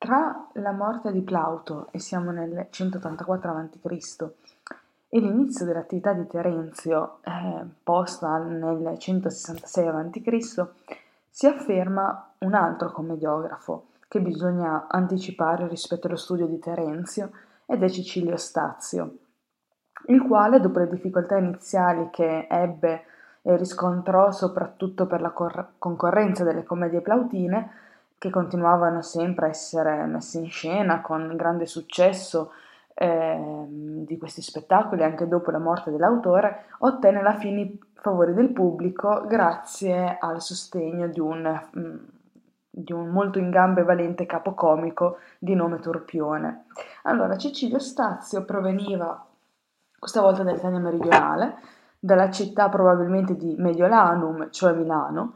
Tra la morte di Plauto, e siamo nel 184 a.C., e l'inizio dell'attività di Terenzio, posta nel 166 a.C., si afferma un altro commediografo che bisogna anticipare rispetto allo studio di Terenzio, ed è Cicilio Stazio, il quale, dopo le difficoltà iniziali che ebbe e riscontrò soprattutto per la concorrenza delle commedie plautine, che continuavano sempre a essere messe in scena con grande successo di questi spettacoli anche dopo la morte dell'autore, ottenne alla fine i favori del pubblico grazie al sostegno di un molto in gamba e valente capocomico di nome Turpione. Allora, Cicilio Stazio proveniva questa volta dall'Italia meridionale, dalla città probabilmente di Mediolanum, cioè Milano.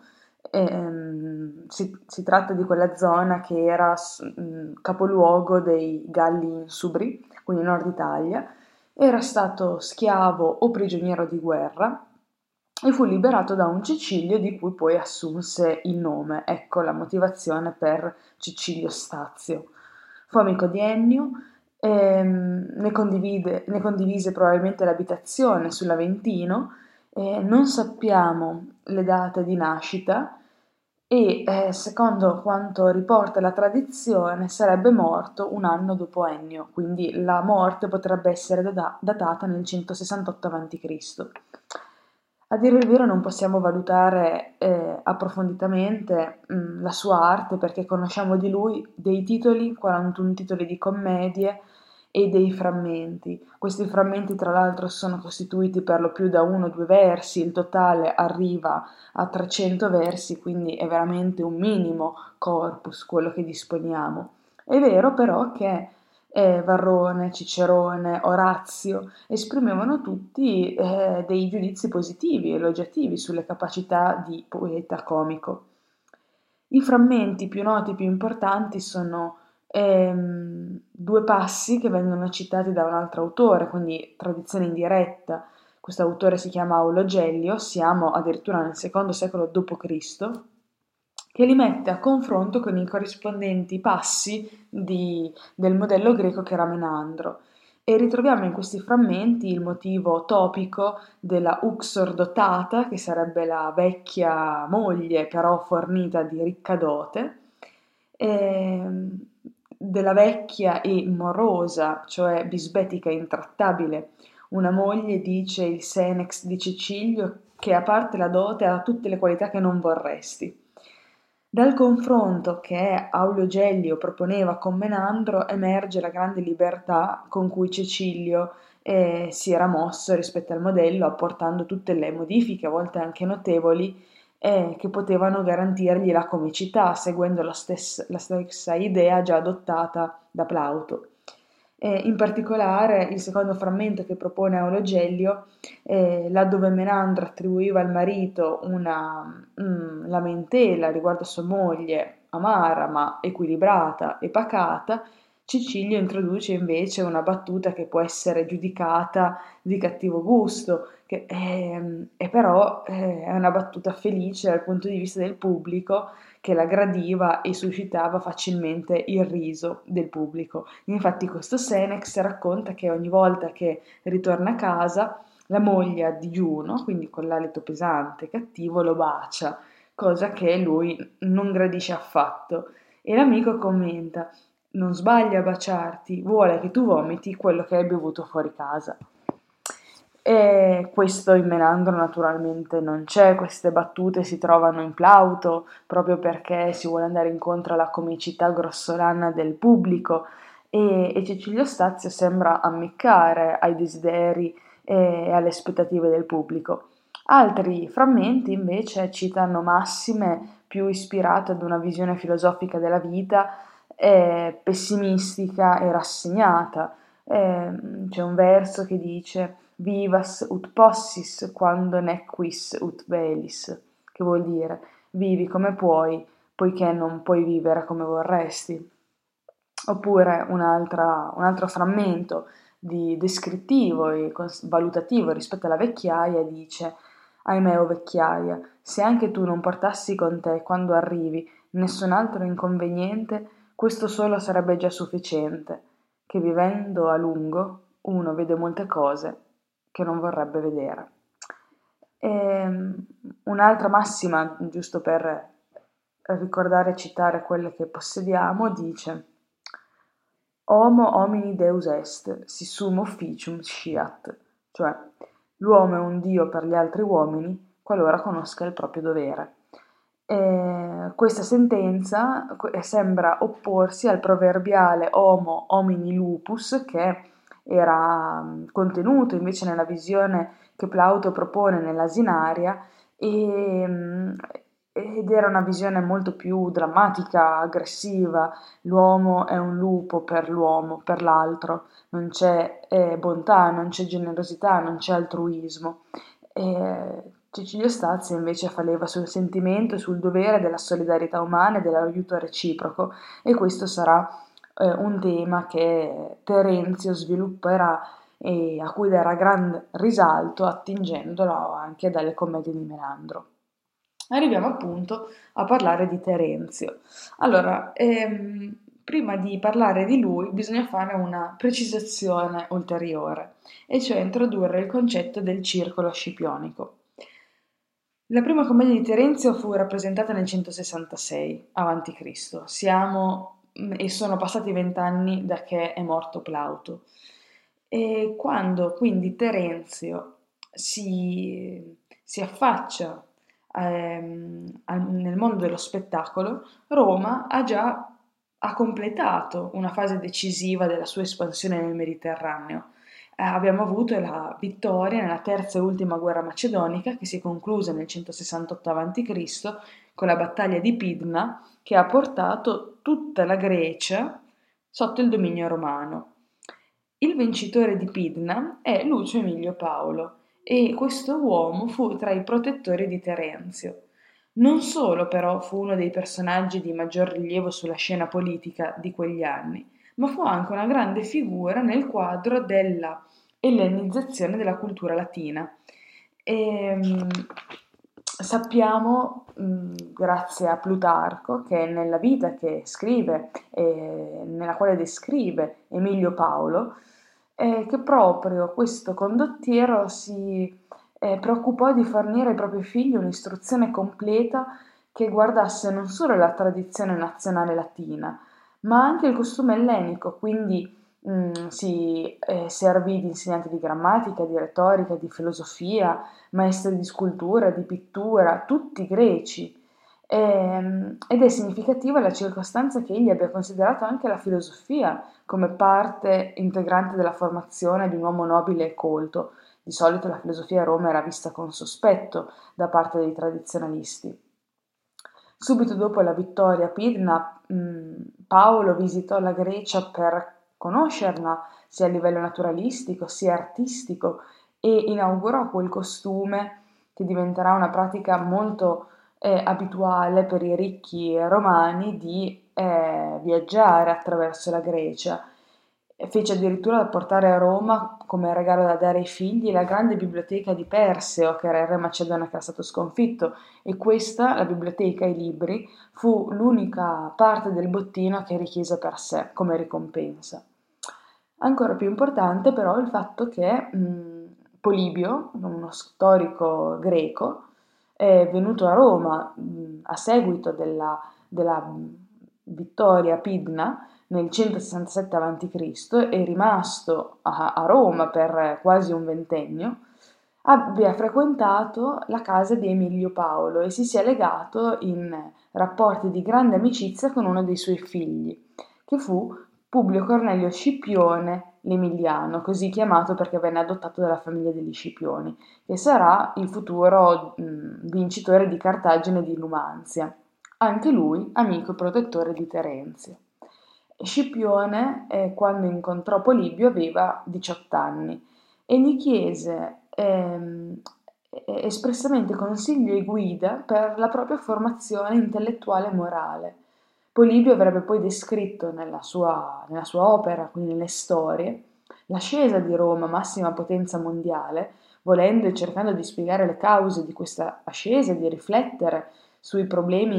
Si tratta di quella zona che era capoluogo dei Galli Insubri, quindi Nord Italia. Era stato schiavo o prigioniero di guerra e fu liberato da un Cicilio di cui poi assunse il nome. Ecco la motivazione per Cicilio Stazio. Fu amico di Ennio, ne condivise probabilmente l'abitazione sull'Aventino, non sappiamo le date di nascita e, secondo quanto riporta la tradizione, sarebbe morto un anno dopo Ennio, quindi la morte potrebbe essere datata nel 168 a.C. A dire il vero non possiamo valutare approfonditamente la sua arte perché conosciamo di lui dei titoli, 41 titoli di commedie e dei frammenti. Questi frammenti tra l'altro sono costituiti per lo più da 1 o 2 versi, il totale arriva a 300 versi, quindi è veramente un minimo corpus quello che disponiamo. È vero però che Varrone, Cicerone, Orazio esprimevano tutti dei giudizi positivi, elogiativi sulle capacità di poeta comico. I frammenti più noti, più importanti sono 2 passi che vengono citati da un altro autore, quindi tradizione indiretta. Questo autore si chiama Aulo Gelio, siamo addirittura nel secondo secolo d.C., che li mette a confronto con i corrispondenti passi del modello greco che era Menandro. E ritroviamo in questi frammenti il motivo topico della uxor dotata, che sarebbe la vecchia moglie però fornita di ricca dote, della vecchia e morosa, cioè bisbetica e intrattabile. Una moglie, dice il Senex di Cicilio, che a parte la dote ha tutte le qualità che non vorresti. Dal confronto che Aulio Gelio proponeva con Menandro emerge la grande libertà con cui Cecilio si era mosso rispetto al modello, apportando tutte le modifiche, a volte anche notevoli, che potevano garantirgli la comicità, seguendo la stessa idea già adottata da Plauto. In particolare il secondo frammento che propone Aulio Gelio, laddove Menandro attribuiva al marito una lamentela riguardo a sua moglie, amara ma equilibrata e pacata, Cicilio introduce invece una battuta che può essere giudicata di cattivo gusto, che è però è una battuta felice dal punto di vista del pubblico, che la gradiva e suscitava facilmente il riso del pubblico. Infatti questo Senex racconta che ogni volta che ritorna a casa la moglie a digiuno, quindi con l'alito pesante e cattivo, lo bacia, cosa che lui non gradisce affatto. E l'amico commenta: non sbaglia a baciarti, vuole che tu vomiti quello che hai bevuto fuori casa. E questo in Menandro naturalmente non c'è, queste battute si trovano in Plauto proprio perché si vuole andare incontro alla comicità grossolana del pubblico e Cecilio Stazio sembra ammiccare ai desideri e alle aspettative del pubblico. Altri frammenti invece citano massime più ispirate ad una visione filosofica della vita, pessimistica e rassegnata. C'è un verso che dice vivas ut possis quando nequis ut velis, che vuol dire vivi come puoi, poiché non puoi vivere come vorresti. Oppure un altro frammento descrittivo e valutativo rispetto alla vecchiaia dice: ahimè, o vecchiaia, se anche tu non portassi con te quando arrivi nessun altro inconveniente, Questo solo sarebbe già sufficiente, che vivendo a lungo uno vede molte cose che non vorrebbe vedere. Un'altra massima, giusto per ricordare e citare quelle che possediamo, dice: Homo homini deus est, si sum officium sciat, cioè l'uomo è un dio per gli altri uomini qualora conosca il proprio dovere. Questa sentenza sembra opporsi al proverbiale Homo homini lupus, che era contenuto invece nella visione che Plauto propone nell'Asinaria, ed era una visione molto più drammatica, aggressiva. L'uomo è un lupo per l'uomo, per l'altro, non c'è bontà, non c'è generosità, non c'è altruismo. Cecilio Stazio invece fa leva sul sentimento e sul dovere della solidarietà umana e dell'aiuto reciproco, e questo sarà un tema che Terenzio svilupperà e a cui darà grande risalto attingendolo anche dalle commedie di Menandro. Arriviamo appunto a parlare di Terenzio. Allora, prima di parlare di lui bisogna fare una precisazione ulteriore, e cioè introdurre il concetto del circolo scipionico. La prima commedia di Terenzio fu rappresentata nel 166 a.C. E sono passati 20 anni da che è morto Plauto. E quando quindi Terenzio si affaccia nel mondo dello spettacolo, Roma ha completato una fase decisiva della sua espansione nel Mediterraneo. Abbiamo avuto la vittoria nella terza e ultima guerra macedonica, che si è conclusa nel 168 a.C. con la battaglia di Pidna, che ha portato tutta la Grecia sotto il dominio romano. Il vincitore di Pidna è Lucio Emilio Paolo, e questo uomo fu tra i protettori di Terenzio. Non solo però fu uno dei personaggi di maggior rilievo sulla scena politica di quegli anni, ma fu anche una grande figura nel quadro della ellenizzazione della cultura latina. Sappiamo, grazie a Plutarco, che nella vita che scrive, nella quale descrive Emilio Paolo, che proprio questo condottiero si preoccupò di fornire ai propri figli un'istruzione completa che guardasse non solo la tradizione nazionale latina, ma anche il costume ellenico, quindi si servì di insegnanti di grammatica, di retorica, di filosofia, maestri di scultura, di pittura, tutti greci. Ed è significativa la circostanza che egli abbia considerato anche la filosofia come parte integrante della formazione di un uomo nobile e colto. Di solito la filosofia a Roma era vista con sospetto da parte dei tradizionalisti. Subito dopo la vittoria a Pidna, Paolo visitò la Grecia per conoscerla sia a livello naturalistico sia artistico, e inaugurò quel costume che diventerà una pratica molto abituale per i ricchi romani di viaggiare attraverso la Grecia. Fece addirittura portare a Roma, come regalo da dare ai figli, la grande biblioteca di Perseo, che era il re macedone che era stato sconfitto, e questa, la biblioteca, i libri, fu l'unica parte del bottino che richiese per sé come ricompensa. Ancora più importante però il fatto che Polibio, uno storico greco, è venuto a Roma a seguito della vittoria a Pidna nel 167 a.C., è rimasto a Roma per quasi un ventennio, abbia frequentato la casa di Emilio Paolo e si sia legato in rapporti di grande amicizia con uno dei suoi figli, che fu Publio Cornelio Scipione l'Emiliano, così chiamato perché venne adottato dalla famiglia degli Scipioni, che sarà il futuro vincitore di Cartagine e di Numanzia. Anche lui amico e protettore di Terenzio. Scipione, quando incontrò Polibio, aveva 18 anni e gli chiese espressamente consiglio e guida per la propria formazione intellettuale e morale. Polibio avrebbe poi descritto nella sua opera, quindi nelle storie, l'ascesa di Roma, massima potenza mondiale, volendo e cercando di spiegare le cause di questa ascesa, di riflettere sui problemi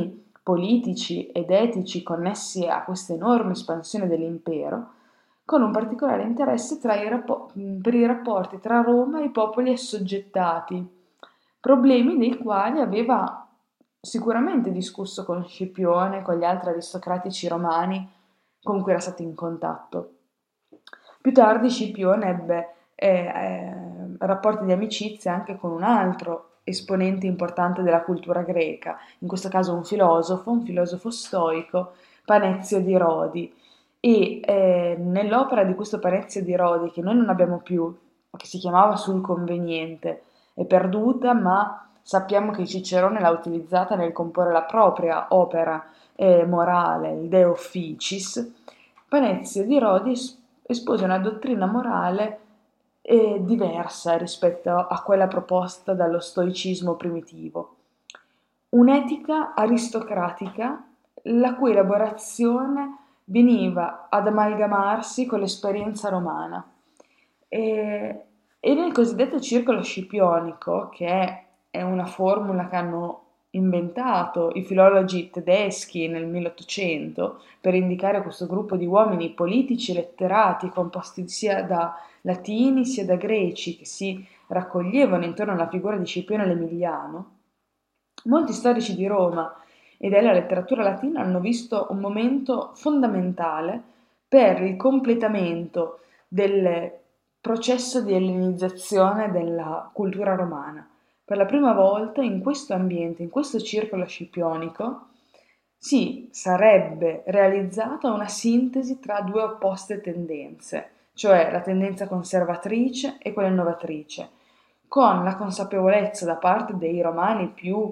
politici ed etici connessi a questa enorme espansione dell'impero, con un particolare interesse per i rapporti tra Roma e i popoli assoggettati, problemi dei quali aveva sicuramente discusso con Scipione, con gli altri aristocratici romani con cui era stato in contatto. Più tardi Scipione ebbe rapporti di amicizia anche con un altro esponente importante della cultura greca, in questo caso un filosofo stoico, Panezio di Rodi. E nell'opera di questo Panezio di Rodi, che noi non abbiamo più, che si chiamava Sul Conveniente, è perduta, ma sappiamo che Cicerone l'ha utilizzata nel comporre la propria opera morale, il De Officis. Panezio di Rodi espose una dottrina morale diversa rispetto a quella proposta dallo stoicismo primitivo. Un'etica aristocratica la cui elaborazione veniva ad amalgamarsi con l'esperienza romana. E nel cosiddetto circolo scipionico, che è una formula che hanno inventato i filologi tedeschi nel 1800 per indicare questo gruppo di uomini politici e letterati composti sia da latini sia da greci che si raccoglievano intorno alla figura di Scipione l'Emiliano, molti storici di Roma e della letteratura latina hanno visto un momento fondamentale per il completamento del processo di ellenizzazione della cultura romana. Per la prima volta in questo ambiente, in questo circolo scipionico, si sarebbe realizzata una sintesi tra due opposte tendenze, cioè la tendenza conservatrice e quella innovatrice, con la consapevolezza da parte dei romani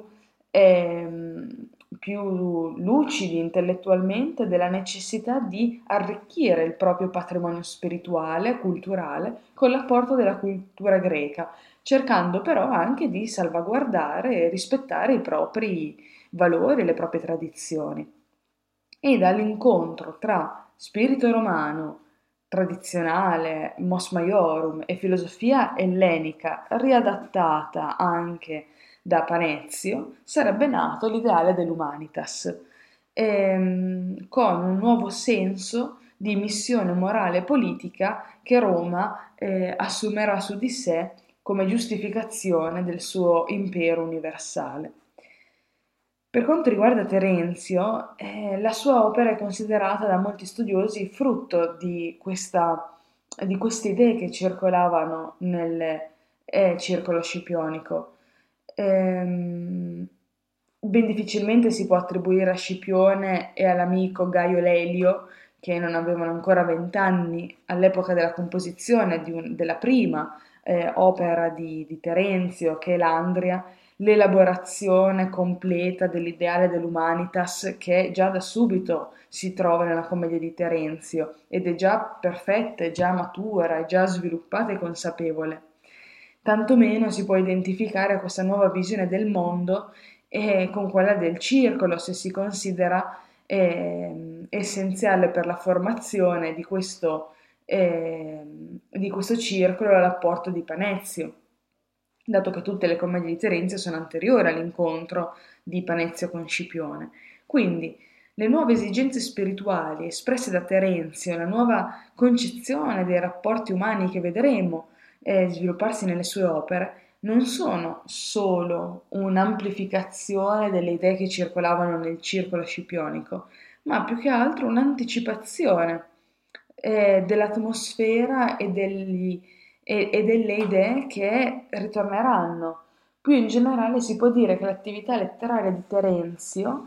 più lucidi intellettualmente della necessità di arricchire il proprio patrimonio spirituale, culturale, con l'apporto della cultura greca, cercando però anche di salvaguardare e rispettare i propri valori e le proprie tradizioni. E dall'incontro tra spirito romano, tradizionale, mos maiorum e filosofia ellenica riadattata anche da Panezio, sarebbe nato l'ideale dell'Humanitas, con un nuovo senso di missione morale e politica che Roma assumerà su di sé come giustificazione del suo impero universale. Per quanto riguarda Terenzio, la sua opera è considerata da molti studiosi frutto di queste idee che circolavano nel circolo scipionico. Ben difficilmente si può attribuire a Scipione e all'amico Gaio Lelio, che non avevano ancora 20 anni all'epoca della composizione della prima opera di Terenzio, che è l'Andria, l'elaborazione completa dell'ideale dell'Humanitas che già da subito si trova nella commedia di Terenzio ed è già perfetta, è già matura, è già sviluppata e consapevole. Tantomeno si può identificare questa nuova visione del mondo con quella del circolo, se si considera essenziale per la formazione di questo circolo l'apporto di Panezio, dato che tutte le commedie di Terenzio sono anteriori all'incontro di Panezio con Scipione. Quindi le nuove esigenze spirituali espresse da Terenzio, la nuova concezione dei rapporti umani che vedremo svilupparsi nelle sue opere, non sono solo un'amplificazione delle idee che circolavano nel circolo scipionico, ma più che altro un'anticipazione dell'atmosfera e delle idee che ritorneranno. Più in generale si può dire che l'attività letteraria di Terenzio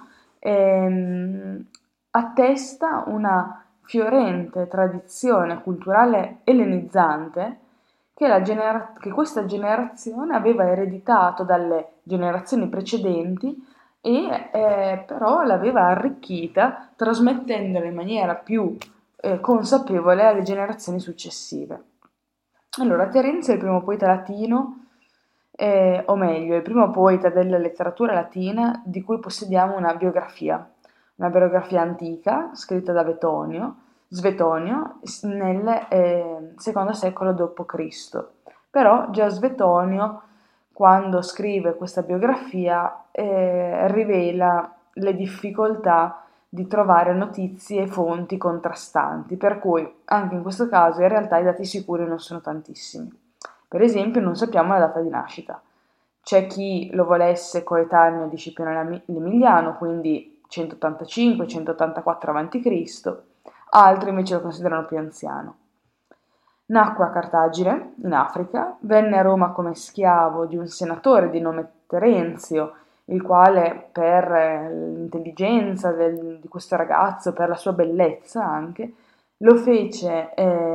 attesta una fiorente tradizione culturale ellenizzante che questa generazione aveva ereditato dalle generazioni precedenti e però l'aveva arricchita trasmettendola in maniera più consapevole alle generazioni successive. Allora, Terenzio è il primo poeta latino, o meglio, il primo poeta della letteratura latina di cui possediamo una biografia antica scritta da Svetonio nel secondo secolo d.C. Però già Svetonio, quando scrive questa biografia, rivela le difficoltà di trovare notizie e fonti contrastanti, per cui anche in questo caso in realtà i dati sicuri non sono tantissimi. Per esempio non sappiamo la data di nascita. C'è chi lo volesse coetaneo di Scipione l'Emiliano, quindi 185-184 a.C., altri invece lo considerano più anziano. Nacque a Cartagine, in Africa, venne a Roma come schiavo di un senatore di nome Terenzio, il quale per l'intelligenza di questo ragazzo, per la sua bellezza anche, lo fece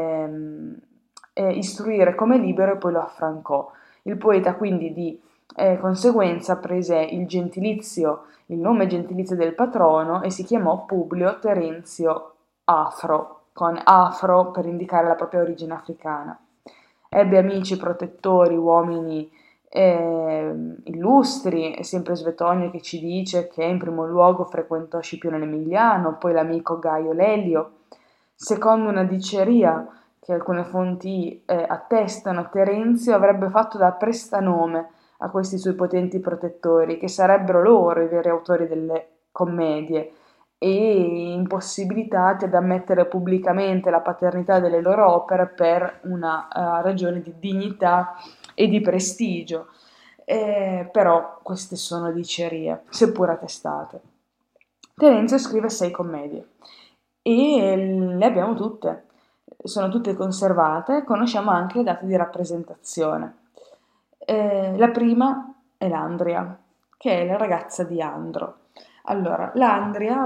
istruire come libero e poi lo affrancò. Il poeta quindi di conseguenza prese il nome gentilizio del patrono e si chiamò Publio Terenzio Afro, con Afro per indicare la propria origine africana. Ebbe amici protettori, uomini illustri, è sempre Svetonio che ci dice che in primo luogo frequentò Scipione l'Emiliano, poi l'amico Gaio Lelio. Secondo una diceria che alcune fonti attestano, Terenzio avrebbe fatto da prestanome a questi suoi potenti protettori, che sarebbero loro i veri autori delle commedie, e impossibilitati ad ammettere pubblicamente la paternità delle loro opere per una ragione di dignità e di prestigio. Però queste sono dicerie, seppur attestate. Terenzio scrive 6 commedie e le abbiamo tutte, sono tutte conservate, conosciamo anche le date di rappresentazione. La prima è l'Andria, che è la ragazza di Andro. Allora, l'Andria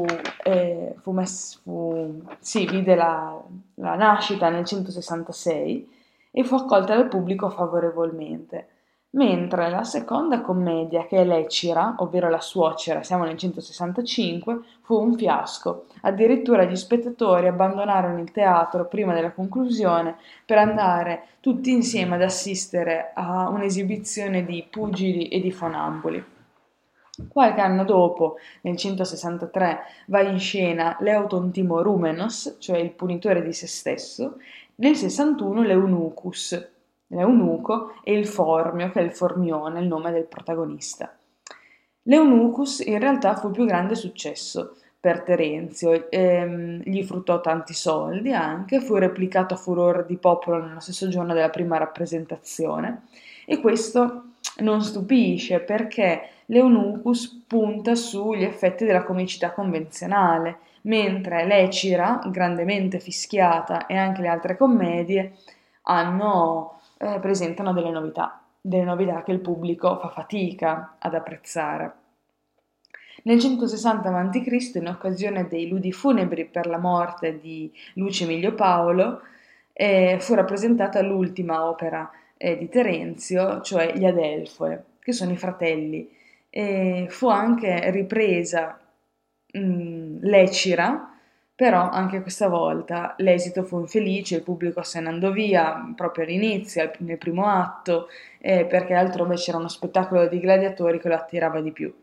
vide la nascita nel 166 e fu accolta dal pubblico favorevolmente, mentre la seconda commedia, che è l'Ecira, ovvero la suocera, siamo nel 165, fu un fiasco. Addirittura gli spettatori abbandonarono il teatro prima della conclusione per andare tutti insieme ad assistere a un'esibizione di pugili e di fonamboli. Qualche anno dopo, nel 163, va in scena l'Eutontimorumenos, cioè il punitore di se stesso, nel 61 l'Eunuco e il Formio, che è il Formione, il nome del protagonista. L'Eunucus in realtà fu il più grande successo per Terenzio, gli fruttò tanti soldi anche, fu replicato a furore di popolo nello stesso giorno della prima rappresentazione e questo non stupisce perché l'Eunucus punta sugli effetti della comicità convenzionale, mentre l'Ecira, grandemente fischiata, e anche le altre commedie presentano delle novità che il pubblico fa fatica ad apprezzare. Nel 160 a.C., in occasione dei ludi funebri per la morte di Lucio Emilio Paolo, fu rappresentata l'ultima opera di Terenzio, cioè gli Adelfoe, che sono i fratelli. Fu anche ripresa l'Ecira, però anche questa volta l'esito fu infelice, il pubblico se ne andò via proprio all'inizio, nel primo atto, perché altrove c'era uno spettacolo di gladiatori che lo attirava di più.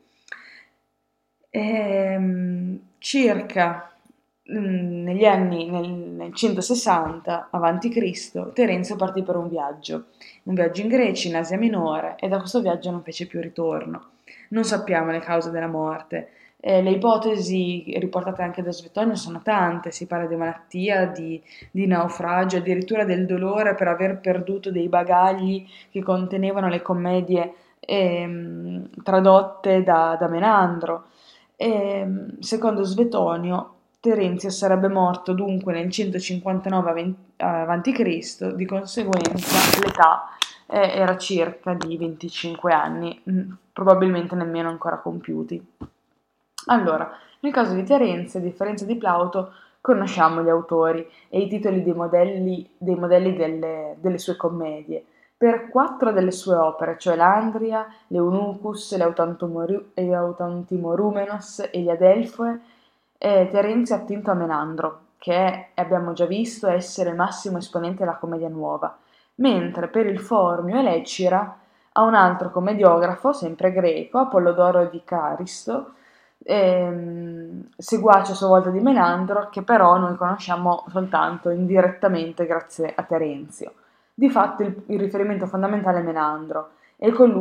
Circa negli anni nel 160 a.C. Terenzio partì per un viaggio in Grecia, in Asia Minore, e da questo viaggio non fece più ritorno. Non sappiamo le cause della morte. Le ipotesi riportate anche da Svetonio sono tante, si parla di malattia, di naufragio, addirittura del dolore per aver perduto dei bagagli che contenevano le commedie tradotte da Menandro. Secondo Svetonio, Terenzio sarebbe morto dunque nel 159 a.C., di conseguenza l'età era circa di 25 anni, probabilmente nemmeno ancora compiuti. Allora, nel caso di Terenzio, a differenza di Plauto, conosciamo gli autori e i titoli dei modelli delle sue commedie. Per 4 delle sue opere, cioè l'Andria, l'Eunucus, l'Eutantimorumenos e gli Adelfoe, Terenzio è attinto a Menandro, che abbiamo già visto essere il massimo esponente della commedia nuova, mentre per il Formio e l'Ecira ha un altro commediografo, sempre greco, Apollodoro di Caristo, seguace a sua volta di Menandro, che però noi conosciamo soltanto indirettamente grazie a Terenzio. Difatti il riferimento fondamentale è Menandro e con lui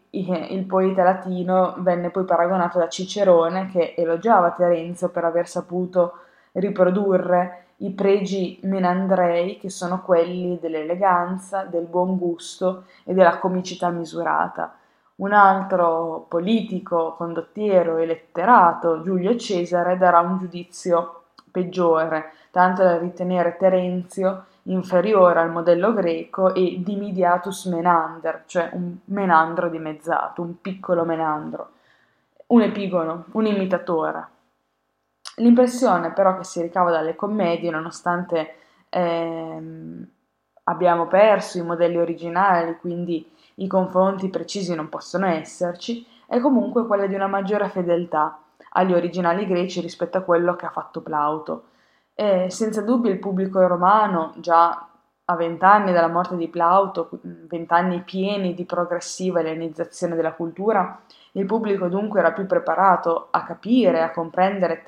il poeta latino venne poi paragonato da Cicerone, che elogiava Terenzio per aver saputo riprodurre i pregi menandrei, che sono quelli dell'eleganza, del buon gusto e della comicità misurata. Un altro politico, condottiero e letterato, Giulio Cesare, darà un giudizio peggiore, tanto da ritenere Terenzio inferiore al modello greco e dimidiatus menander, cioè un menandro dimezzato, un piccolo menandro, un epigono, un imitatore. L'impressione però che si ricava dalle commedie, nonostante ehm, abbiamo perso i modelli originali, quindi i confronti precisi non possono esserci, è comunque quella di una maggiore fedeltà agli originali greci rispetto a quello che ha fatto Plauto. E senza dubbio il pubblico romano, già a 20 anni dalla morte di Plauto, 20 anni pieni di progressiva ellenizzazione della cultura, il pubblico dunque era più preparato a capire, a comprendere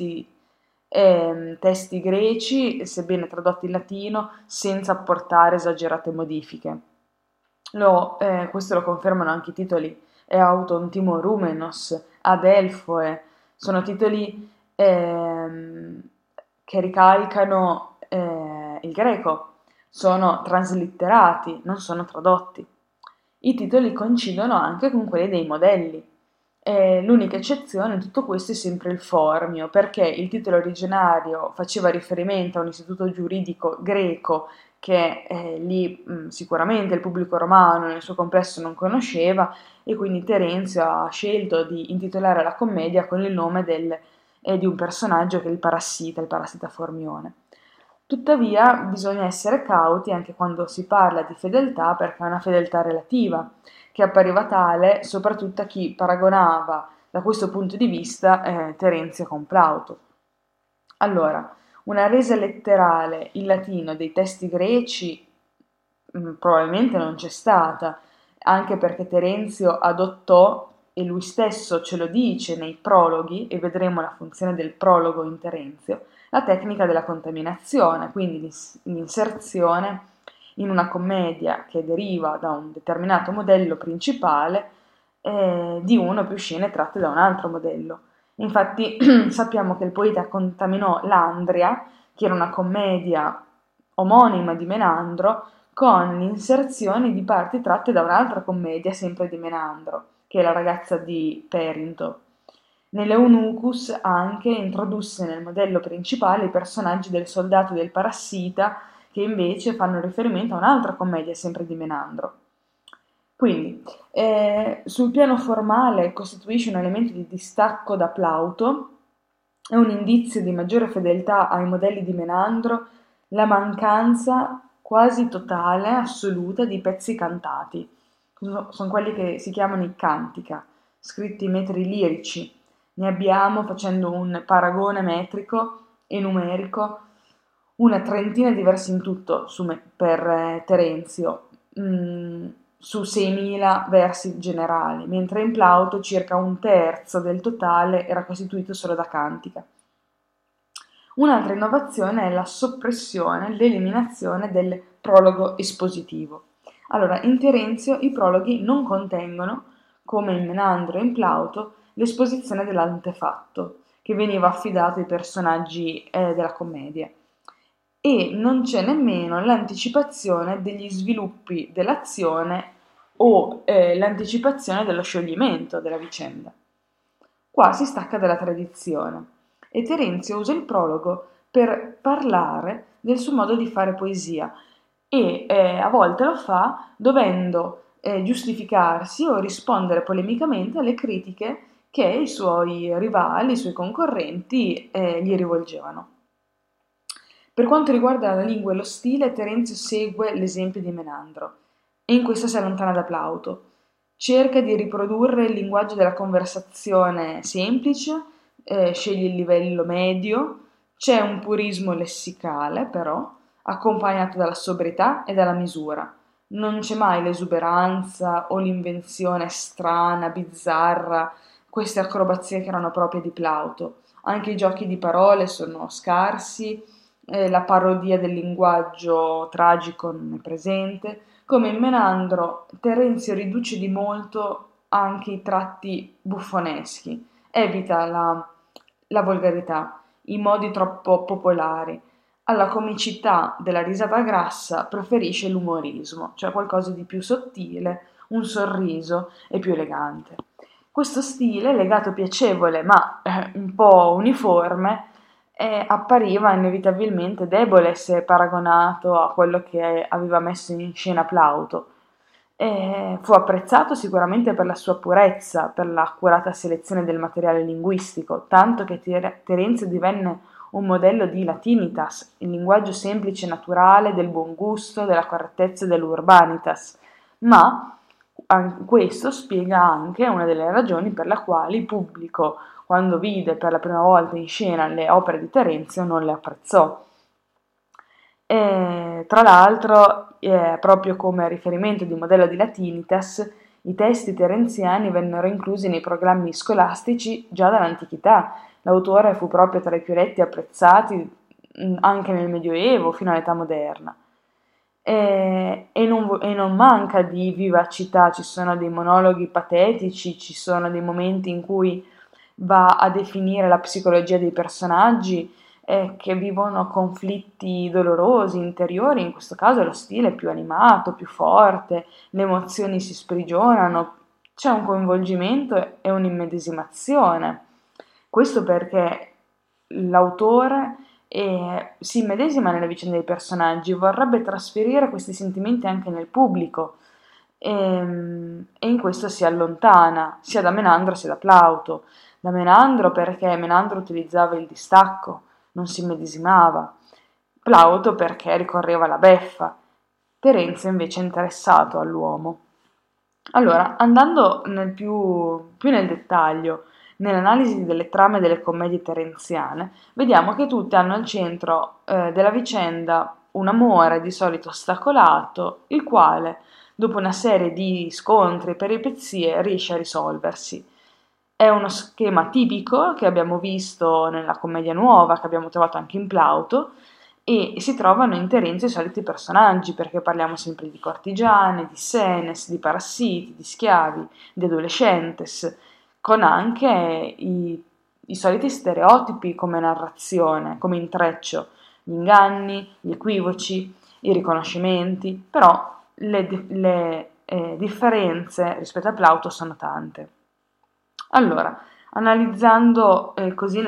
testi greci, sebbene tradotti in latino, senza apportare esagerate modifiche. Questo lo confermano anche i titoli Eauton Timorumenos, Adelphoe, sono titoli che ricalcano il greco, sono translitterati, non sono tradotti. I titoli coincidono anche con quelli dei modelli. L'unica eccezione in tutto questo è sempre il formio, perché il titolo originario faceva riferimento a un istituto giuridico greco che lì sicuramente il pubblico romano nel suo complesso non conosceva e quindi Terenzio ha scelto di intitolare la commedia con il nome di un personaggio che è il parassita Formione. Tuttavia bisogna essere cauti anche quando si parla di fedeltà perché è una fedeltà relativa, che appariva tale soprattutto a chi paragonava da questo punto di vista Terenzio con Plauto. Allora, una resa letterale in latino dei testi greci probabilmente non c'è stata, anche perché Terenzio adottò, e lui stesso ce lo dice nei prologhi, e vedremo la funzione del prologo in Terenzio, la tecnica della contaminazione, quindi l'inserzione in una commedia che deriva da un determinato modello principale di una o più scene tratte da un altro modello. Infatti sappiamo che il poeta contaminò l'Andria, che era una commedia omonima di Menandro, con l'inserzione di parti tratte da un'altra commedia sempre di Menandro, che è La ragazza di Perinto. Nell'Eunucus anche introdusse nel modello principale i personaggi del soldato e del parassita, che invece fanno riferimento a un'altra commedia sempre di Menandro. Quindi, sul piano formale costituisce un elemento di distacco da Plauto, è un indizio di maggiore fedeltà ai modelli di Menandro la mancanza quasi totale, assoluta, di pezzi cantati. Sono quelli che si chiamano i cantica, scritti in metri lirici. Ne abbiamo, facendo un paragone metrico e numerico, una trentina di versi in tutto per Terenzio, su 6.000 versi generali, mentre in Plauto circa un terzo del totale era costituito solo da cantica. Un'altra innovazione è la soppressione, l'eliminazione del prologo espositivo. Allora, in Terenzio i prologhi non contengono, come in Menandro e in Plauto, l'esposizione dell'antefatto, che veniva affidato ai personaggi della commedia. E non c'è nemmeno l'anticipazione degli sviluppi dell'azione o l'anticipazione dello scioglimento della vicenda. Qua si stacca dalla tradizione e Terenzio usa il prologo per parlare del suo modo di fare poesia e a volte lo fa dovendo giustificarsi o rispondere polemicamente alle critiche che i suoi rivali, i suoi concorrenti gli rivolgevano. Per quanto riguarda la lingua e lo stile, Terenzio segue l'esempio di Menandro e in questo si allontana da Plauto. Cerca di riprodurre il linguaggio della conversazione semplice, sceglie il livello medio, c'è un purismo lessicale però, accompagnato dalla sobrietà e dalla misura. Non c'è mai l'esuberanza o l'invenzione strana, bizzarra, queste acrobazie che erano proprie di Plauto. Anche i giochi di parole sono scarsi, la parodia del linguaggio tragico non è presente. Come in Menandro, Terenzio riduce di molto anche i tratti buffoneschi, evita la volgarità, i modi troppo popolari. Alla comicità della risata grassa preferisce l'umorismo, cioè qualcosa di più sottile, un sorriso e più elegante. Questo stile, legato piacevole ma un po' uniforme, appariva inevitabilmente debole se paragonato a quello che aveva messo in scena Plauto. Fu apprezzato sicuramente per la sua purezza, per l'accurata selezione del materiale linguistico, tanto che Terenzio divenne un modello di latinitas, il linguaggio semplice e naturale del buon gusto, della correttezza e dell'urbanitas, ma questo spiega anche una delle ragioni per la quale il pubblico, quando vide per la prima volta in scena le opere di Terenzio, non le apprezzò. E, tra l'altro, proprio come riferimento di modello di Latinitas, i testi terenziani vennero inclusi nei programmi scolastici già dall'antichità. L'autore fu proprio tra i più letti e apprezzati anche nel Medioevo fino all'età moderna. E non manca di vivacità, ci sono dei monologhi patetici, ci sono dei momenti in cui va a definire la psicologia dei personaggi che vivono conflitti dolorosi, interiori, in questo caso lo stile è più animato, più forte, le emozioni si sprigionano, c'è un coinvolgimento e un'immedesimazione. Questo perché l'autore si immedesima nelle vicende dei personaggi, vorrebbe trasferire questi sentimenti anche nel pubblico e in questo si allontana sia da Menandro sia da Plauto. Da Menandro perché Menandro utilizzava il distacco, non si medesimava. Plauto perché ricorreva alla beffa. Terenzio invece è interessato all'uomo. Allora, andando più nel dettaglio, nell'analisi delle trame delle commedie terenziane, vediamo che tutte hanno al centro della vicenda un amore di solito ostacolato, il quale, dopo una serie di scontri e peripezie, riesce a risolversi. È uno schema tipico che abbiamo visto nella commedia nuova, che abbiamo trovato anche in Plauto, e si trovano in Terenzio i soliti personaggi, perché parliamo sempre di cortigiane, di senes, di parassiti, di schiavi, di adolescentes, con anche i soliti stereotipi come narrazione, come intreccio, gli inganni, gli equivoci, i riconoscimenti, però le differenze rispetto a Plauto sono tante. Allora, analizzando così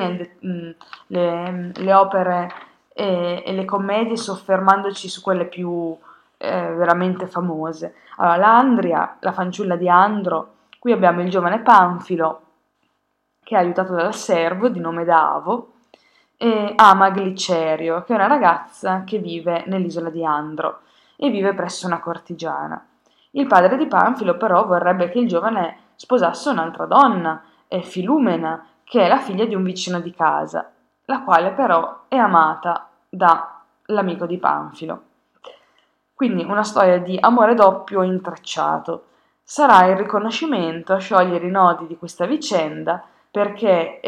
le opere e le commedie, soffermandoci su quelle più veramente famose. Allora, l'Andria, la fanciulla di Andro, qui abbiamo il giovane Panfilo, che è aiutato dal servo di nome Davo, e ama Glicerio, che è una ragazza che vive nell'isola di Andro e vive presso una cortigiana. Il padre di Panfilo però vorrebbe che il giovane sposasse un'altra donna, Filumena, che è la figlia di un vicino di casa, la quale però è amata dall'amico di Panfilo. Quindi una storia di amore doppio intrecciato. Sarà il riconoscimento a sciogliere i nodi di questa vicenda perché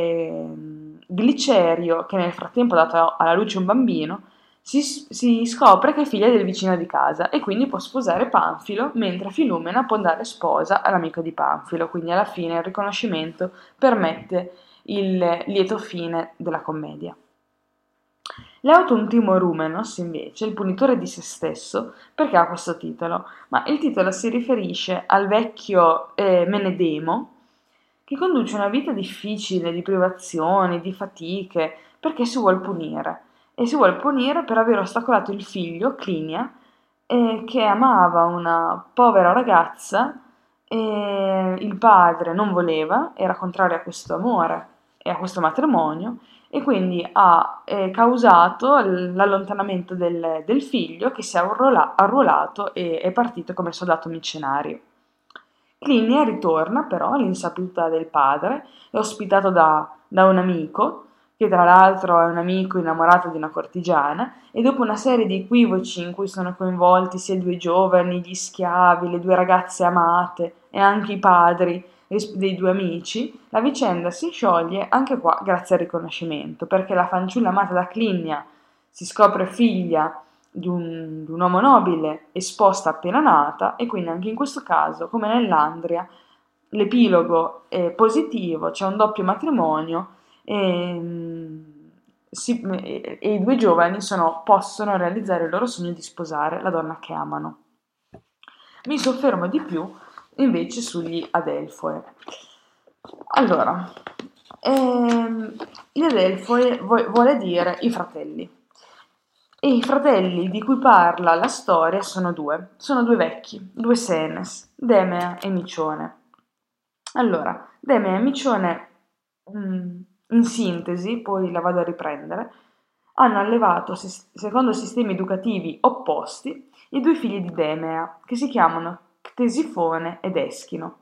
Glicerio, che nel frattempo ha dato alla luce un bambino, si scopre che è figlia del vicino di casa e quindi può sposare Panfilo, mentre Filumena può dare sposa all'amico di Panfilo. Quindi alla fine il riconoscimento permette il lieto fine della commedia. L'Autum Timorumenos, invece, il punitore di se stesso, perché ha questo titolo? Ma il titolo si riferisce al vecchio Menedemo, che conduce una vita difficile, di privazioni, di fatiche, perché si vuol punire. E si vuol punire per aver ostacolato il figlio, Clinia, che amava una povera ragazza e il padre non voleva, era contrario a questo amore e a questo matrimonio, e quindi ha causato l'allontanamento del figlio che si è arruolato e è partito come soldato missionario. Clinia ritorna però all'insaputa del padre, è ospitato da un amico, che tra l'altro è un amico innamorato di una cortigiana, e dopo una serie di equivoci in cui sono coinvolti sia i due giovani, gli schiavi, le due ragazze amate e anche i padri dei due amici, la vicenda si scioglie anche qua grazie al riconoscimento, perché la fanciulla amata da Clinia si scopre figlia di un uomo nobile esposta appena nata e quindi anche in questo caso, come nell'Andria, l'epilogo è positivo, c'è un doppio matrimonio e, e i due giovani possono realizzare il loro sogno di sposare la donna che amano. Mi soffermo di più invece sugli Adelfoe. Allora, gli Adelfoe vuole dire i fratelli. E i fratelli di cui parla la storia sono due vecchi, due senes, Demea e Micione. Allora, Demea e Micione, in sintesi, poi la vado a riprendere, hanno allevato, secondo sistemi educativi opposti, i due figli di Demea, che si chiamano Ctesifone ed Eschino.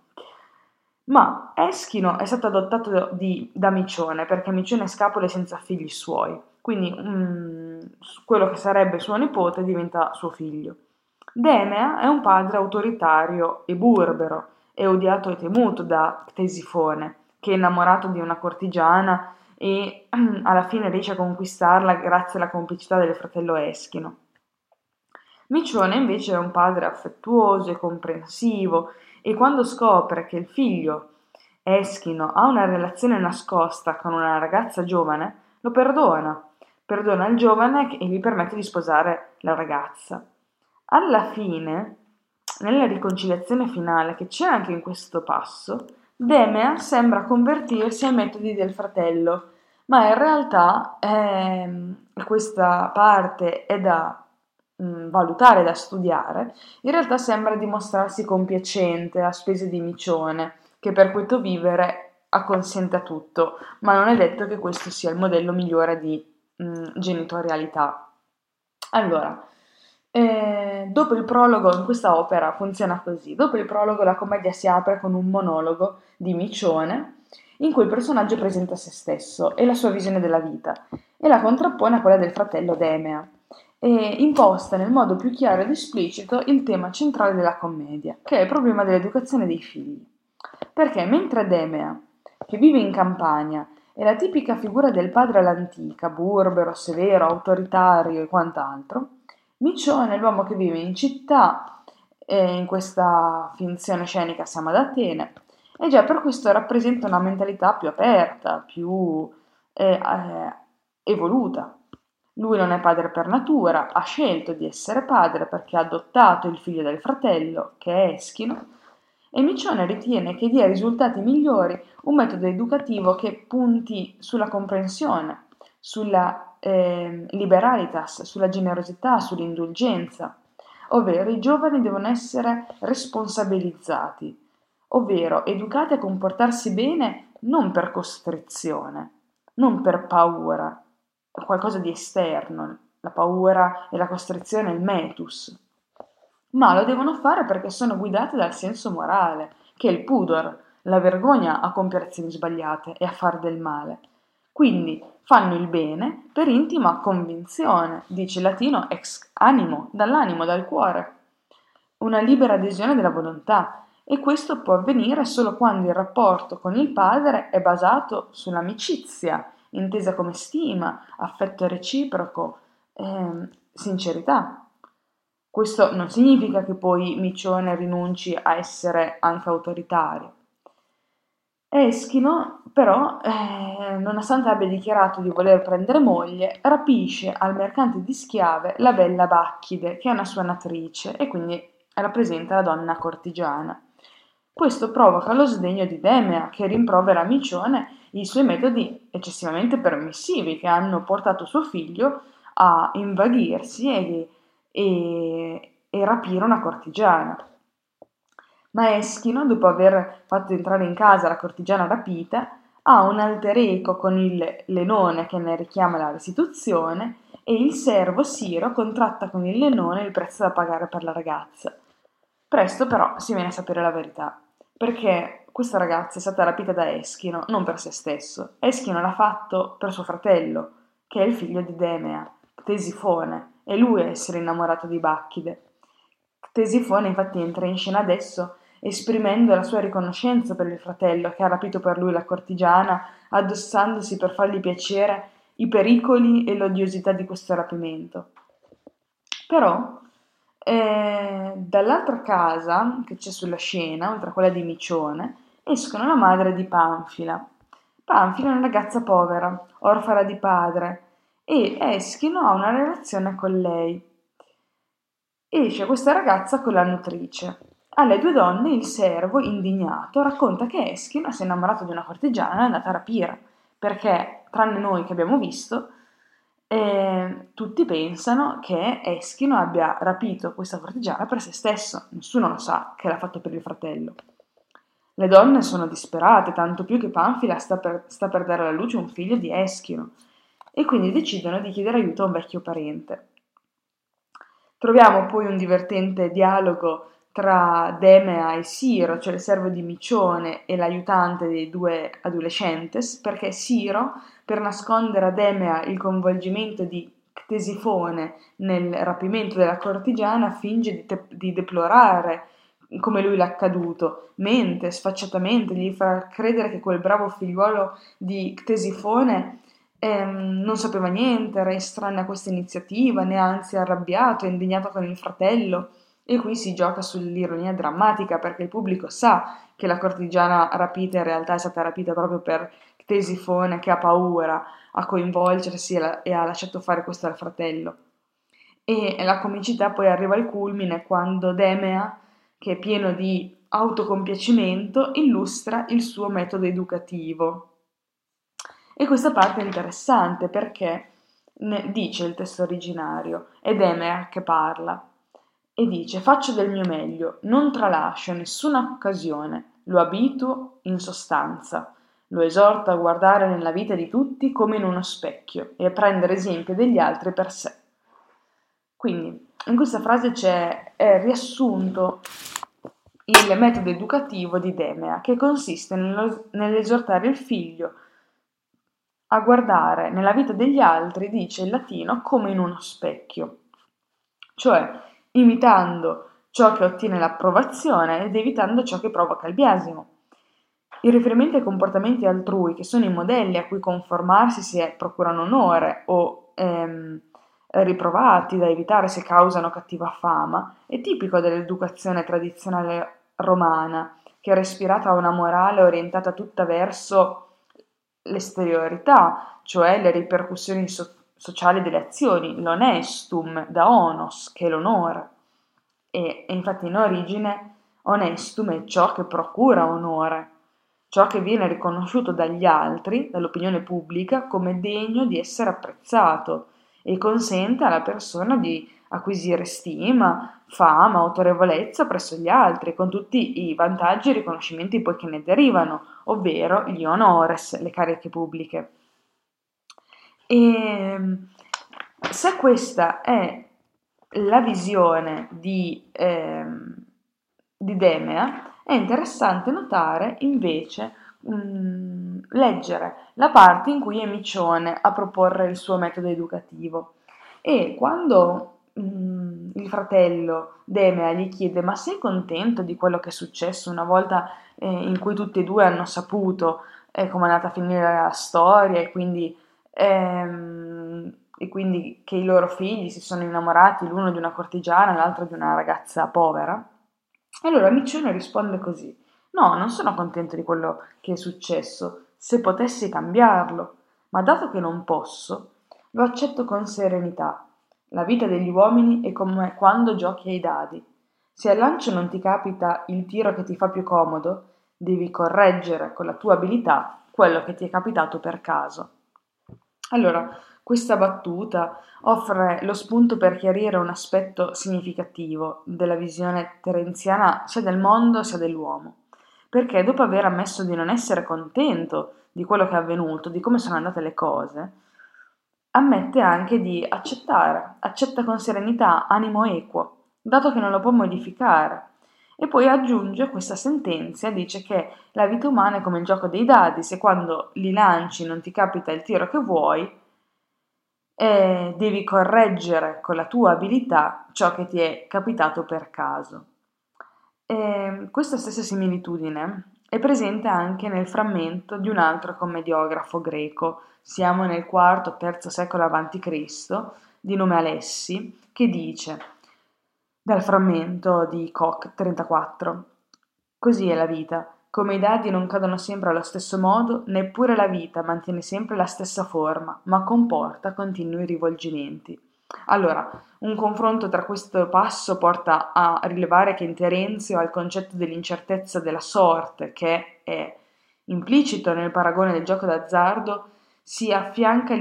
Ma Eschino è stato adottato da Micione, perché Micione è scapolo e senza figli suoi, quindi quello che sarebbe suo nipote diventa suo figlio. Demea è un padre autoritario e burbero, è odiato e temuto da Ctesifone, che è innamorato di una cortigiana e alla fine riesce a conquistarla grazie alla complicità del fratello Eschino. Micione invece è un padre affettuoso e comprensivo e quando scopre che il figlio Eschino ha una relazione nascosta con una ragazza giovane, lo perdona. Perdona il giovane e gli permette di sposare la ragazza. Alla fine, nella riconciliazione finale, che c'è anche in questo passo, Demea sembra convertirsi ai metodi del fratello, ma in realtà questa parte è da valutare, da studiare, in realtà sembra dimostrarsi compiacente a spese di Micione, che per quieto vivere acconsente a tutto, ma non è detto che questo sia il modello migliore di genitorialità. Allora, dopo il prologo in questa opera funziona così. Dopo il prologo la commedia si apre con un monologo di Micione in cui il personaggio presenta se stesso e la sua visione della vita e la contrappone a quella del fratello Demea e imposta nel modo più chiaro ed esplicito il tema centrale della commedia, che è il problema dell'educazione dei figli. Perché mentre Demea, che vive in campagna, è la tipica figura del padre all'antica, burbero, severo, autoritario e quant'altro, Micione è l'uomo che vive in città, e in questa finzione scenica siamo ad Atene, e già per questo rappresenta una mentalità più aperta, più evoluta. Lui non è padre per natura, ha scelto di essere padre perché ha adottato il figlio del fratello, che è Eschino, e Micione ritiene che dia risultati migliori un metodo educativo che punti sulla comprensione, sulla liberalitas, sulla generosità, sull'indulgenza, ovvero i giovani devono essere responsabilizzati, ovvero educati a comportarsi bene non per costrizione, non per paura, qualcosa di esterno, la paura e la costrizione, il metus, ma lo devono fare perché sono guidati dal senso morale, che è il pudor, la vergogna a compiere azioni sbagliate e a fare del male. Quindi fanno il bene per intima convinzione, dice il latino ex animo, dall'animo, dal cuore, una libera adesione della volontà, e questo può avvenire solo quando il rapporto con il padre è basato sull'amicizia, intesa come stima, affetto reciproco, sincerità. Questo non significa che poi Micione rinunci a essere anche autoritario. Eschino, però, nonostante abbia dichiarato di voler prendere moglie, rapisce al mercante di schiave la bella Bacchide, che è una sua natrice, e quindi rappresenta la donna cortigiana. Questo provoca lo sdegno di Demea, che rimprovera a Micione i suoi metodi eccessivamente permissivi, che hanno portato suo figlio a invaghirsi e rapire una cortigiana. Ma Eschino, dopo aver fatto entrare in casa la cortigiana rapita, ha un alter ego con il lenone che ne richiama la restituzione e il servo Siro contratta con il lenone il prezzo da pagare per la ragazza. Presto però si viene a sapere la verità, perché questa ragazza è stata rapita da Eschino non per se stesso. Eschino l'ha fatto per suo fratello, che è il figlio di Demea, Ctesifone, e lui a essere innamorato di Bacchide. Ctesifone infatti entra in scena adesso esprimendo la sua riconoscenza per il fratello che ha rapito per lui la cortigiana, addossandosi per fargli piacere i pericoli e l'odiosità di questo rapimento. Però, dall'altra casa che c'è sulla scena, oltre a quella di Micione, escono la madre di Panfila. Panfila è una ragazza povera, orfana di padre, e Eschino ha una relazione con lei. Esce questa ragazza con la nutrice. Alle due donne il servo, indignato, racconta che Eschino si è innamorato di una cortigiana e è andata a rapire, perché, tranne noi che abbiamo visto, tutti pensano che Eschino abbia rapito questa cortigiana per se stesso, nessuno lo sa che l'ha fatto per il fratello. Le donne sono disperate, tanto più che Panfila sta per dare alla luce un figlio di Eschino, e quindi decidono di chiedere aiuto a un vecchio parente. Troviamo poi un divertente dialogo tra Demea e Siro, cioè il servo di Micione e l'aiutante dei due adolescentes, perché Siro, per nascondere a Demea il coinvolgimento di Ctesifone nel rapimento della cortigiana, finge di deplorare come lui l'accaduto, mente sfacciatamente, gli fa credere che quel bravo figliuolo di Ctesifone non sapeva niente, era estraneo a questa iniziativa, né anzi arrabbiato e indignato con il fratello. E qui si gioca sull'ironia drammatica perché il pubblico sa che la cortigiana rapita in realtà è stata rapita proprio per Ctesifone che ha paura a coinvolgersi e ha lasciato fare questo al fratello. E la comicità poi arriva al culmine quando Demea, che è pieno di autocompiacimento, illustra il suo metodo educativo. E questa parte è interessante perché dice il testo originario, ed Emea che parla, e dice: faccio del mio meglio, non tralascio nessuna occasione, lo abituo in sostanza, lo esorto a guardare nella vita di tutti come in uno specchio e a prendere esempio degli altri per sé. Quindi in questa frase è riassunto il metodo educativo di Demea, che consiste nell'esortare il figlio a guardare nella vita degli altri, dice il latino, come in uno specchio, cioè imitando ciò che ottiene l'approvazione ed evitando ciò che provoca il biasimo. I riferimenti ai comportamenti altrui, che sono i modelli a cui conformarsi se procurano onore o riprovati da evitare se causano cattiva fama, è tipico dell'educazione tradizionale romana, che era ispirata a una morale orientata tutta verso l'esteriorità, cioè le ripercussioni sociali delle azioni, l'onestum da onos, che è l'onore. E infatti in origine onestum è ciò che procura onore, ciò che viene riconosciuto dagli altri, dall'opinione pubblica, come degno di essere apprezzato e consente alla persona di acquisire stima, fama, autorevolezza presso gli altri, con tutti i vantaggi e riconoscimenti poi che ne derivano, ovvero gli honores, le cariche pubbliche. E se questa è la visione di Demea, è interessante notare invece, leggere la parte in cui è Micione a proporre il suo metodo educativo. E quando il fratello Demea gli chiede: ma sei contento di quello che è successo una volta in cui tutti e due hanno saputo come è andata a finire la storia e quindi che i loro figli si sono innamorati l'uno di una cortigiana e l'altro di una ragazza povera? E allora Miccione risponde così: no, non sono contento di quello che è successo, se potessi cambiarlo, ma dato che non posso, lo accetto con serenità. La vita degli uomini è come quando giochi ai dadi. Se al lancio non ti capita il tiro che ti fa più comodo, devi correggere con la tua abilità quello che ti è capitato per caso. Allora, questa battuta offre lo spunto per chiarire un aspetto significativo della visione terenziana sia del mondo sia dell'uomo, perché dopo aver ammesso di non essere contento di quello che è avvenuto, di come sono andate le cose, ammette anche di accetta con serenità, animo equo, dato che non lo può modificare. E poi aggiunge questa sentenza, dice che la vita umana è come il gioco dei dadi, se quando li lanci non ti capita il tiro che vuoi, devi correggere con la tua abilità ciò che ti è capitato per caso. Questa stessa similitudine è presente anche nel frammento di un altro commediografo greco, siamo nel IV-III secolo a.C., di nome Alessi, che dice, dal frammento di Koch 34, così è la vita, Come i dadi non cadono sempre allo stesso modo, neppure la vita mantiene sempre la stessa forma, ma comporta continui rivolgimenti. Allora, un confronto tra questo passo porta a rilevare che in Terenzio al concetto dell'incertezza della sorte, che è implicito nel paragone del gioco d'azzardo, si affianca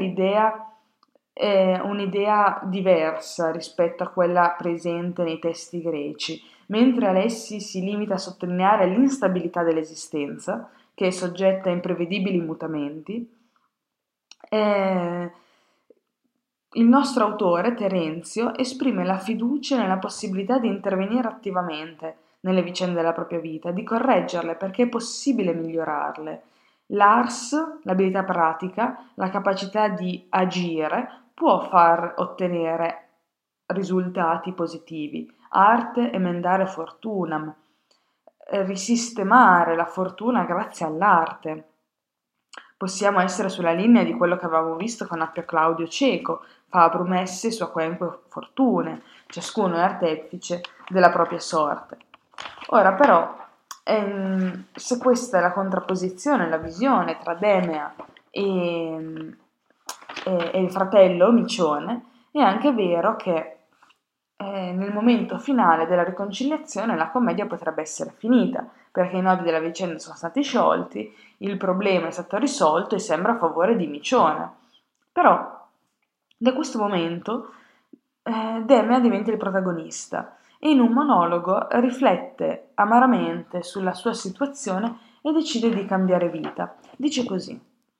un'idea diversa rispetto a quella presente nei testi greci, mentre Alessi si limita a sottolineare l'instabilità dell'esistenza, che è soggetta a imprevedibili mutamenti. Il nostro autore, Terenzio, esprime la fiducia nella possibilità di intervenire attivamente nelle vicende della propria vita, di correggerle perché è possibile migliorarle. L'ars, l'abilità pratica, la capacità di agire, può far ottenere risultati positivi. Arte emendare fortunam, risistemare la fortuna grazie all'arte. Possiamo essere sulla linea di quello che avevamo visto con Appio Claudio Cieco, fa promesse su quenque fortune, ciascuno è artefice della propria sorte. Ora però, se questa è la contrapposizione, la visione tra Demea e il fratello Micione, è anche vero che nel momento finale della riconciliazione la commedia potrebbe essere finita, perché i nodi della vicenda sono stati sciolti, il problema è stato risolto e sembra a favore di Micione. Però da questo momento Demea diventa il protagonista e in un monologo riflette amaramente sulla sua situazione e decide di cambiare vita. Dice così: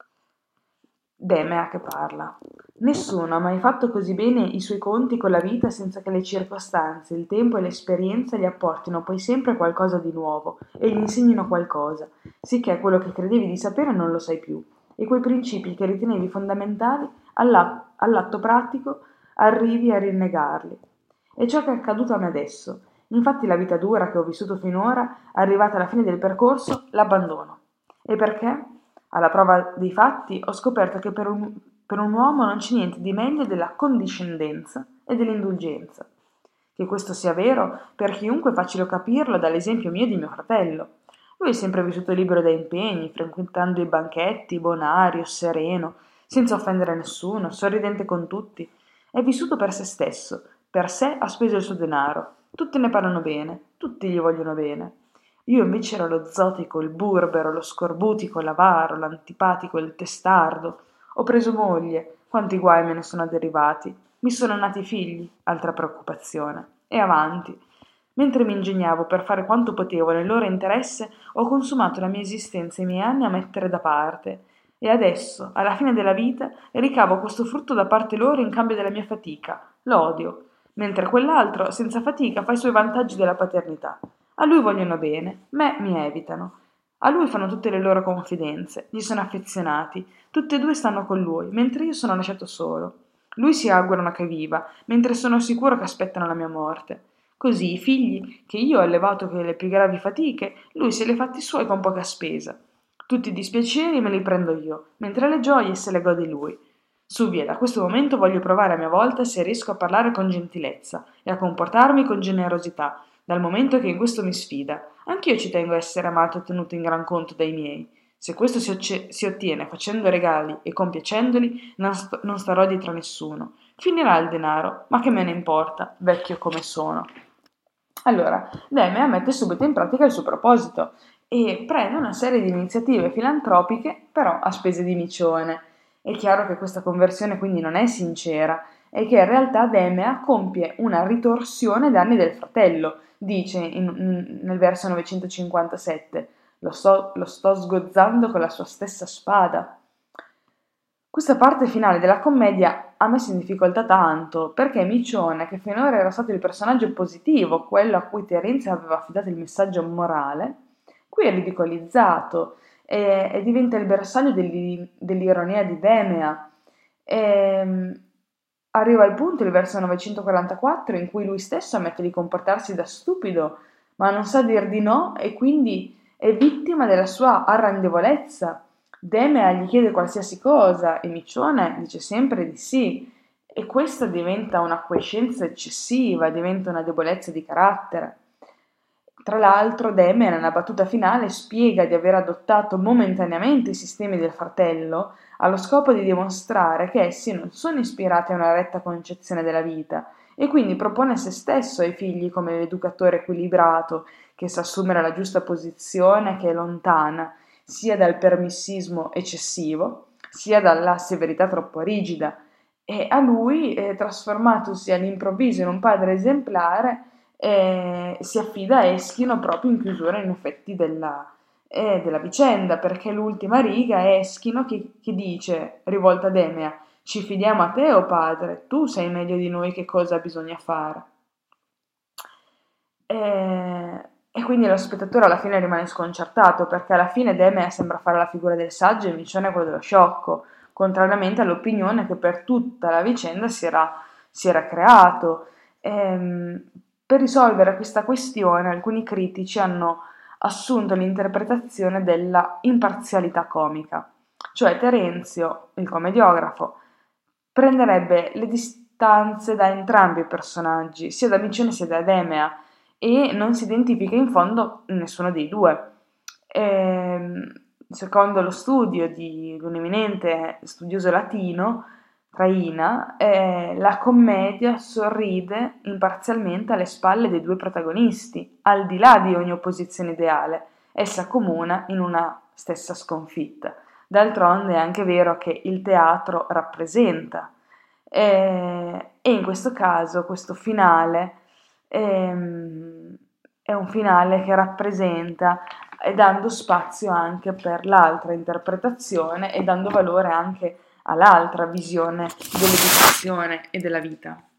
Demea che parla. Nessuno ha mai fatto così bene i suoi conti con la vita senza che le circostanze, il tempo e l'esperienza gli apportino poi sempre qualcosa di nuovo e gli insegnino qualcosa, sicché quello che credevi di sapere non lo sai più, e quei principi che ritenevi fondamentali all'atto pratico arrivi a rinnegarli. È ciò che è accaduto a me adesso. Infatti la vita dura che ho vissuto finora, arrivata alla fine del percorso, l'abbandono. E perché? Alla prova dei fatti ho scoperto che per un uomo non c'è niente di meglio della condiscendenza e dell'indulgenza. Che questo sia vero, per chiunque è facile capirlo dall'esempio mio e di mio fratello. Lui è sempre vissuto libero da impegni, frequentando i banchetti, bonario, sereno, senza offendere nessuno, sorridente con tutti. È vissuto per se stesso, per sé ha speso il suo denaro. Tutti ne parlano bene, tutti gli vogliono bene. Io invece ero lo zotico, il burbero, lo scorbutico, l'avaro, l'antipatico, il testardo. Ho preso moglie, quanti guai me ne sono derivati. Mi sono nati figli, altra preoccupazione. E avanti. Mentre mi ingegnavo per fare quanto potevo nel loro interesse, ho consumato la mia esistenza e i miei anni a mettere da parte. E adesso, alla fine della vita, ricavo questo frutto da parte loro in cambio della mia fatica, l'odio, mentre quell'altro, senza fatica, fa i suoi vantaggi della paternità. A lui vogliono bene, me mi evitano. A lui fanno tutte le loro confidenze, gli sono affezionati, tutte e due stanno con lui, mentre io sono lasciato solo. Lui si augurano che viva, mentre sono sicuro che aspettano la mia morte. Così i figli, che io ho allevato con le più gravi fatiche, lui se li ha fatti suoi con poca spesa. Tutti i dispiaceri me li prendo io, mentre le gioie se le gode lui. Su via, da questo momento voglio provare a mia volta se riesco a parlare con gentilezza e a comportarmi con generosità, dal momento che in questo mi sfida. Anch'io ci tengo a essere amato e tenuto in gran conto dai miei. Se questo si ottiene facendo regali e compiacendoli, non starò dietro a nessuno. Finirà il denaro, ma che me ne importa, vecchio come sono. Allora, Demea mette subito in pratica il suo proposito e prende una serie di iniziative filantropiche, però a spese di Micione. È chiaro che questa conversione quindi non è sincera e che in realtà Demea compie una ritorsione ai danni del fratello, dice nel verso 957, lo sto sgozzando con la sua stessa spada. Questa parte finale della commedia ha messo in difficoltà tanto, perché Micione, che finora era stato il personaggio positivo, quello a cui Terenzio aveva affidato il messaggio morale, qui è ridicolizzato e diventa il bersaglio dell'ironia di Demea. E, arriva al punto, il verso 944, in cui lui stesso ammette di comportarsi da stupido, ma non sa dir di no e quindi è vittima della sua arrendevolezza. Demea gli chiede qualsiasi cosa e Micione dice sempre di sì, e questa diventa una quiescenza eccessiva, diventa una debolezza di carattere. Tra l'altro, Deme, nella battuta finale, spiega di aver adottato momentaneamente i sistemi del fratello allo scopo di dimostrare che essi non sono ispirati a una retta concezione della vita e quindi propone se stesso ai figli come l'educatore equilibrato che sa assumere la giusta posizione, che è lontana sia dal permissismo eccessivo, sia dalla severità troppo rigida. E a lui, trasformatosi all'improvviso in un padre esemplare, si affida a Eschino proprio in chiusura in effetti della vicenda, perché l'ultima riga è Eschino che dice, rivolta ad Enea, ci fidiamo a te, o padre, tu sai meglio di noi che cosa bisogna fare. E quindi lo spettatore alla fine rimane sconcertato, perché alla fine Demea sembra fare la figura del saggio e Micione quello dello sciocco, contrariamente all'opinione che per tutta la vicenda si era creato. Per risolvere questa questione, alcuni critici hanno assunto l'interpretazione della imparzialità comica, cioè Terenzio, il commediografo, prenderebbe le distanze da entrambi i personaggi, sia da Micione sia da Demea, e non si identifica in fondo nessuno dei due. Secondo lo studio di un eminente studioso latino, Traina, la commedia sorride imparzialmente alle spalle dei due protagonisti, al di là di ogni opposizione ideale, essa comuna in una stessa sconfitta. D'altronde è anche vero che il teatro rappresenta, e in questo caso questo finale è un finale che rappresenta, dando spazio anche per l'altra interpretazione e dando valore anche all'altra visione dell'educazione e della vita.